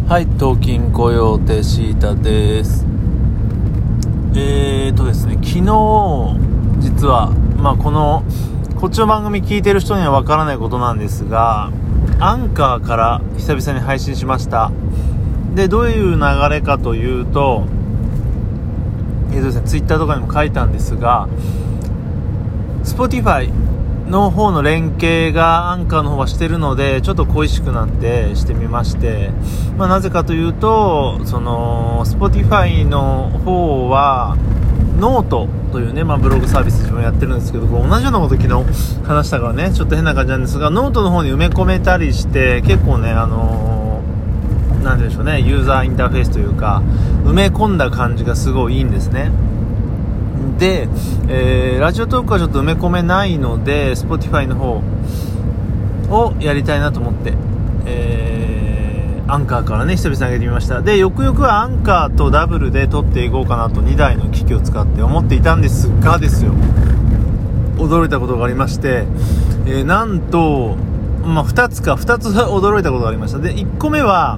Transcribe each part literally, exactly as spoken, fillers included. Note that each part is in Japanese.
はい、東京コヨーテシータです。えーとですね、昨日実はまあこのこっちの番組聞いてる人にはわからないことなんですが、アンカーから久々に配信しました。で、どういう流れかというと、えーとですね、ツイッターとかにも書いたんですが、Spotifyの方の連携がアンカーの方はしてるので、ちょっと恋しくなってしてみまして、まあ、なぜかというと、その Spotify の方はノートというね、まあ、ブログサービス自分やってるんですけど、同じようなこと昨日話したからね、ちょっと変な感じなんですが、ノートの方に埋め込めたりして、結構ね、あのー、なんでしょうね、ユーザーインターフェースというか埋め込んだ感じがすごいいいんですね。で、えー、ラジオトークはちょっと埋め込めないので Spotify の方をやりたいなと思って、えー、アンカーからね久々に上げてみました。で、よくよくはアンカーとダブルで撮っていこうかなとにだいの機器を使って思っていたんですがですよ、驚いたことがありまして、えー、なんと、まあ、ふたつかふたつ驚いたことがありました。で、いっこめは、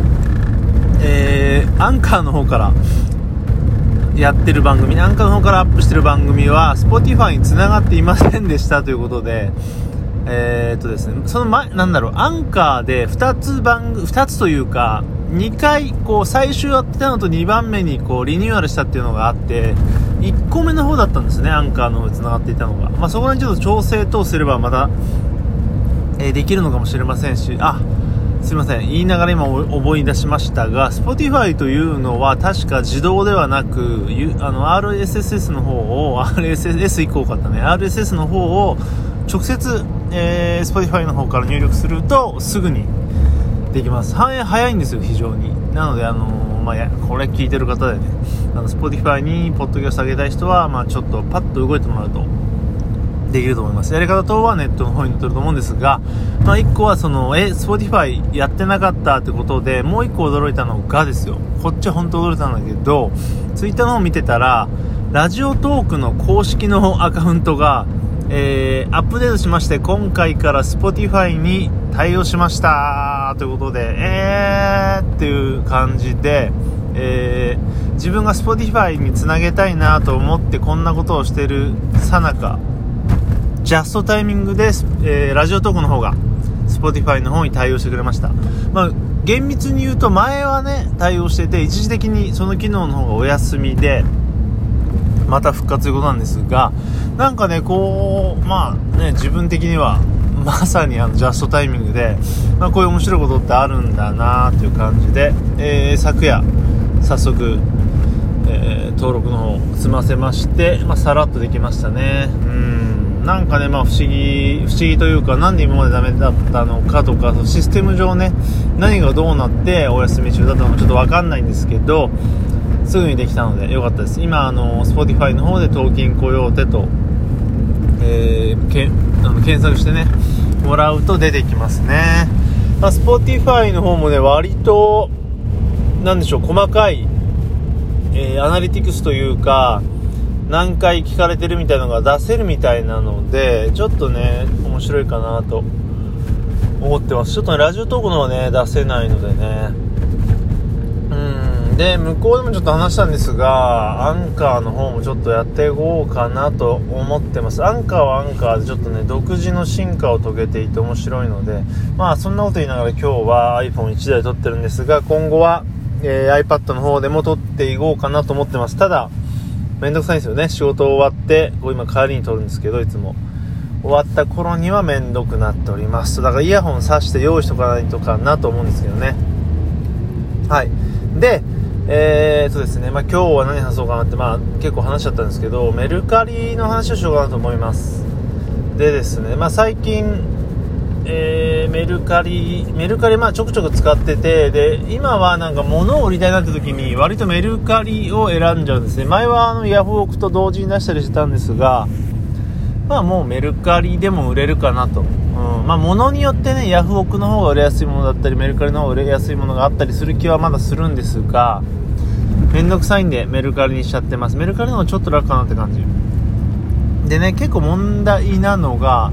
えー、アンカーの方からやってる番組、アンカーの方からアップしてる番組は Spotify に繋がっていませんでしたということで、えーっとですね、その前、なんだろう、アンカーでふたつ番組、ふたつというか、にかい、こう、最初やってたのとにばんめにこう、リニューアルしたっていうのがあって、いっこめの方だったんですね、アンカーの方に繋がっていたのが。まあ、そこにちょっと調整等すればまた、えー、できるのかもしれませんし、あ、すいません、言いながら今思い出しましたが、 Spotify というのは確か自動ではなく、あの アールエスエス の方を アールエスエス 以降かったね アールエスエス の方を直接、えー、Spotify の方から入力するとすぐにできます。早いんですよ、非常に。なので、あのーまあ、これ聞いてる方でね、あの Spotify にポッドキャスト上げたい人は、まあ、ちょっとパッと動いてもらうとできると思います。やり方等はネットの方に載ってると思うんですが、まあ、いっこはそのえ Spotify やってなかったってことで、もういっこ驚いたのがですよ、こっちは本当驚いたんだけど、ツイッターの方見てたらラジオトークの公式のアカウントが、えー、アップデートしまして、今回から Spotify に対応しましたということで、えーっていう感じで、えー、自分が Spotify につなげたいなと思ってこんなことをしてるさなか、ジャストタイミングで、えー、ラジオトークの方が Spotify の方に対応してくれました。まあ、厳密に言うと前はね対応してて、一時的にその機能の方がお休みでまた復活ということなんですが、なんかねこうまあね自分的にはまさにあのジャストタイミングで、まあ、こういう面白いことってあるんだなという感じで、えー、昨夜早速、えー、登録の方済ませまして、まあ、さらっとできましたね。うんなんかね、まあ不思議、不思議というか、なんで今までダメだったのかとか、システム上ね、何がどうなってお休み中だったのかちょっとわかんないんですけど、すぐにできたのでよかったです。今、あの、Spotify の方で東京コヨーテと、えー、けあの検索してね、もらうと出てきますね。まあ、Spotify の方もね、割と、なんでしょう、細かい、えー、アナリティクスというか、何回聞かれてるみたいなのが出せるみたいなので、ちょっとね面白いかなと思ってます。ちょっとねラジオトークのはね出せないのでね、うんで向こうでもちょっと話したんですが、アンカーの方もちょっとやっていこうかなと思ってます。アンカーはアンカーでちょっとね独自の進化を遂げていて面白いので、まあそんなこと言いながら今日は アイフォンいち 台撮ってるんですが、今後は、えー、iPad の方でも撮っていこうかなと思ってます。ただめんどくさいんですよね。仕事終わってこう今帰りに撮るんですけど、いつも終わった頃にはめんどくなっております。だからイヤホン挿して用意しとかないとかなと思うんですけどね。はい。でえーっとですねまあ今日は何話そうかなって、まあ結構話しちゃったんですけど、メルカリの話をしようかなと思います。でですねまあ最近えー、メルカリメルカリまあちょくちょく使ってて、で今はなんか物を売りたいなって時に割とメルカリを選んじゃうんですね。前はあのヤフオクと同時に出したりしてたんですが、まあもうメルカリでも売れるかなと、うん、まあ物によってねヤフオクの方が売れやすいものだったりメルカリの方が売れやすいものがあったりする気はまだするんですが、めんどくさいんでメルカリにしちゃってます。メルカリの方がちょっと楽かなって感じでね、結構問題なのが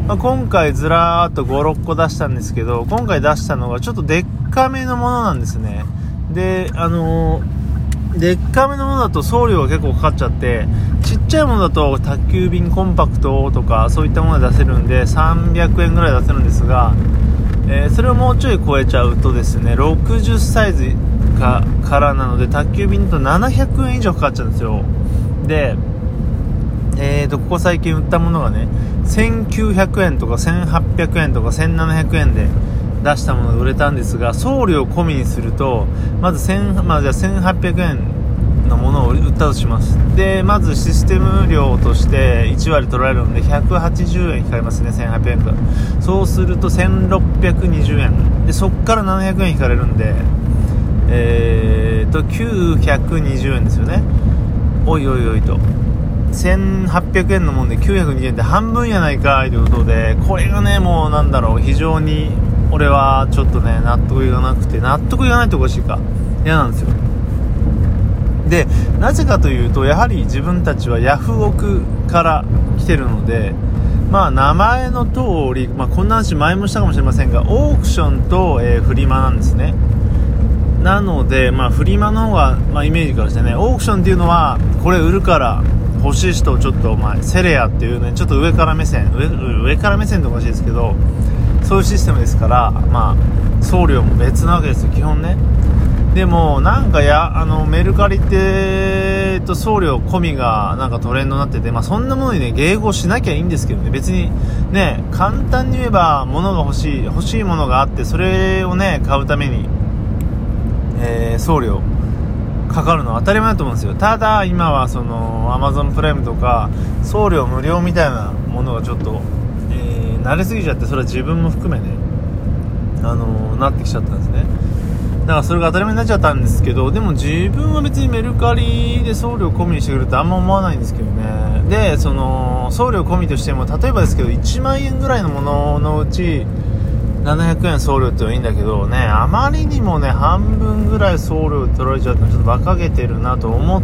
まあ、今回ずらーっとご、ろっこ出したんですけど、今回出したのがちょっとでっかめのものなんですね。で、あのー、でっかめのものだと送料が結構かかっちゃって、ちっちゃいものだと宅急便コンパクトとかそういったもので出せるんでさんびゃくえんぐらい出せるんですが、えー、それをもうちょい超えちゃうとですね、ろくじゅうサイズかからなので宅急便だとななひゃくえん以上かかっちゃうんですよ。で、えーとここ最近売ったものがねせんきゅうひゃくえんとかせんはっぴゃくえんとかせんななひゃくえんで出したものが売れたんですが、送料込みにするとまず1000、まあ、じゃあせんはっぴゃくえんのものを売ったとします。でまずシステム料としていち割取られるのでひゃくはちじゅうえん引かれますね。せんはっぴゃくえんからそうするとせんろっぴゃくにじゅうえんで、そっからななひゃくえん引かれるんで、えーときゅうひゃくにじゅうえんですよね。おいおいおいとせんはっぴゃくえんのもんできゅうひゃくにじゅうえんって半分やないかいということで、これがねもうなんだろう、非常に俺はちょっとね納得いかなくて、納得いかないっておかしいか嫌なんですよ。でなぜかというと、やはり自分たちはヤフオクから来てるので、まあ名前の通り、まあ、こんな話前もしたかもしれませんが、オークションと、えー、フリマなんですね。なので、まあ、フリマの方が、まあ、イメージからしてね、オークションっていうのはこれ売るから欲しい人をちょっと、まあ、セレアっていうね、ちょっと上から目線 上, 上から目線とおかしいですけど、そういうシステムですから、まあ、送料も別なわけですよ基本ね。でもなんかやあのメルカリって、えっと、送料込みがなんかトレンドになってて、まあ、そんなものにね迎合しなきゃいいんですけどね、別にね簡単に言えば物が欲しい欲しいものがあって、それをね買うために、えー、送料かかるのは当たり前だと思うんですよ。ただ今はその Amazon プライムとか送料無料みたいなものがちょっと、えー、慣れすぎちゃって、それは自分も含めね、あのー、なってきちゃったんですね。だからそれが当たり前になっちゃったんですけど、でも自分は別にメルカリで送料込みにしてくれるってあんま思わないんですけどね。でその送料込みとしても、例えばですけどいちまんえんぐらいのもののうちななひゃくえん送料ってのはいいんだけどね、あまりにもね半分ぐらい送料取られちゃうとちょっと馬鹿げてるなと思って、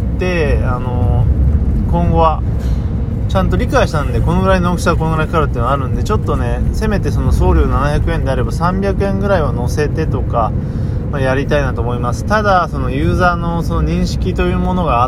あのー、今後はちゃんと理解したんで、このぐらいの大きさはこのぐらいかかるっていうのがあるんで、ちょっとねせめてその送料ななひゃくえんであればさんびゃくえんぐらいは乗せてとか、まあ、やりたいなと思います。ただそのユーザーのその認識というものがあって、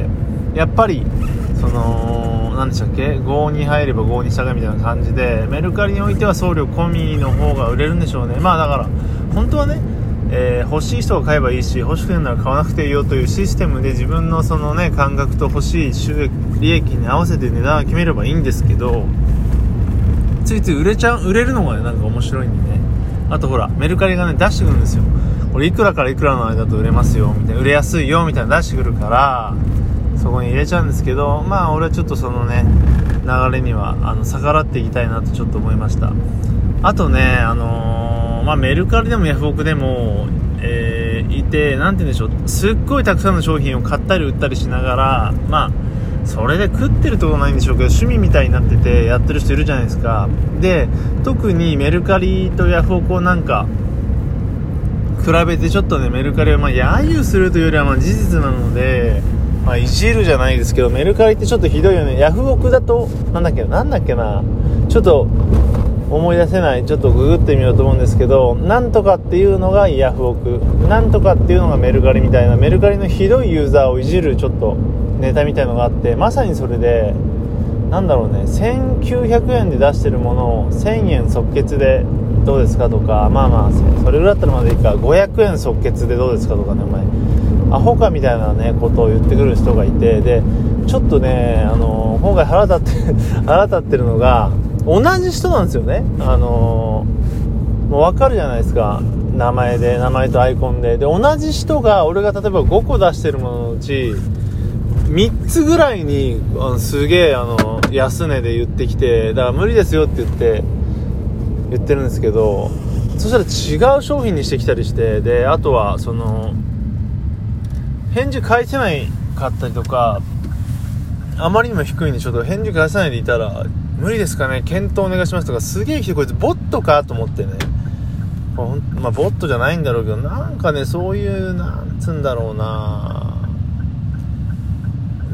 やっぱりその何でしたっけ、ごに入ればごに従いみたいな感じで、メルカリにおいては送料込みの方が売れるんでしょうね。まあだから本当はね、えー、欲しい人が買えばいいし、欲しくないなら買わなくていいよというシステムで、自分のそのね感覚と欲しい収益利益に合わせて値段を決めればいいんですけど、ついつい売れちゃう売れるのがねなんか面白いんでね。あとほらメルカリがね出してくるんですよ。これいくらからいくらの間だと売れますよみたいな、売れやすいよみたいな出してくるから、そこに入れちゃうんですけど、まあ俺はちょっとそのね流れにはあの逆らっていきたいなとちょっと思いました。あとね、あのー、まあメルカリでもヤフオクでも、えー、いて、なんて言うんでしょう、すっごいたくさんの商品を買ったり売ったりしながら、まあそれで食ってるってことはないんでしょうけど、趣味みたいになっててやってる人いるじゃないですか。で特にメルカリとヤフオクをなんか比べて、ちょっとねメルカリはまあ揶揄するというよりはまあ事実なので、まあ、いじるじゃないですけど、メルカリってちょっとひどいよね。ヤフオクだとなんだっけなんだっけなちょっと思い出せない、ちょっとググってみようと思うんですけど、なんとかっていうのがヤフオク、なんとかっていうのがメルカリみたいな、メルカリのひどいユーザーをいじるちょっとネタみたいのがあって、まさにそれでなんだろうね、せんきゅうひゃくえんで出してるものをせんえん即決でどうですかとか、まあまあそれぐらいだったらまだいいか、ごひゃくえん即決でどうですかとかね、お前アホかみたいなねことを言ってくる人がいて、でちょっとね、あのー、今回腹立って腹立ってるのが同じ人なんですよね。あのー、もう分かるじゃないですか、名前で名前とアイコンで。で同じ人が俺が例えばごこ出してるもののうちみっつぐらいにあのすげえあの安値で言ってきて、だから無理ですよって言って言ってるんですけど、そしたら違う商品にしてきたりして、であとはその返事返せないかったりとか、あまりにも低いんでちょっと返事返さないでいたら無理ですかね、検討お願いしますとか、すげえ来て、こいつボットかと思ってね、まあボットじゃないんだろうけど、なんかねそういうなんつうんだろうな、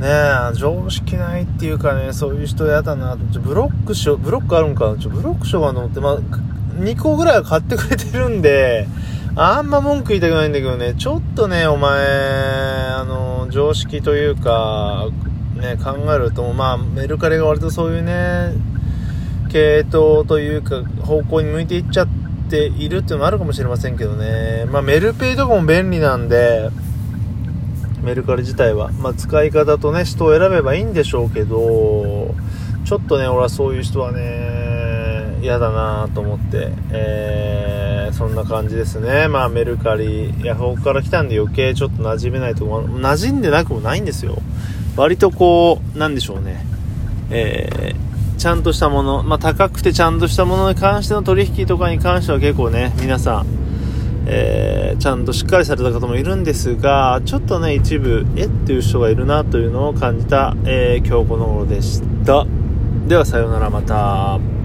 え常識ないっていうかね、そういう人やだな。ブロックしよう、ブロックあるんかな、ちょブロックしようかなと思って、まあにこぐらいは買ってくれてるんであんま文句言いたくないんだけどね、ちょっとねお前あの常識というかね考えると、まあメルカリが割とそういうね系統というか方向に向いていっちゃっているっていうのもあるかもしれませんけどね。まあメルペイとかも便利なんで、メルカリ自体は、まあ、使い方とね人を選べばいいんでしょうけど、ちょっとね俺はそういう人はね嫌だなと思って、えー、そんな感じですね。まあメルカリヤフオクから来たんで余計ちょっと馴染めないと思う、馴染んでなくもないんですよ。割とこうなんでしょうね、えー、ちゃんとしたもの、まあ高くてちゃんとしたものに関しての取引とかに関しては結構ね皆さんえー、ちゃんとしっかりされた方もいるんですが、ちょっとね一部えっていう人がいるなというのを感じた、えー、今日この頃でした。ではさようなら、また。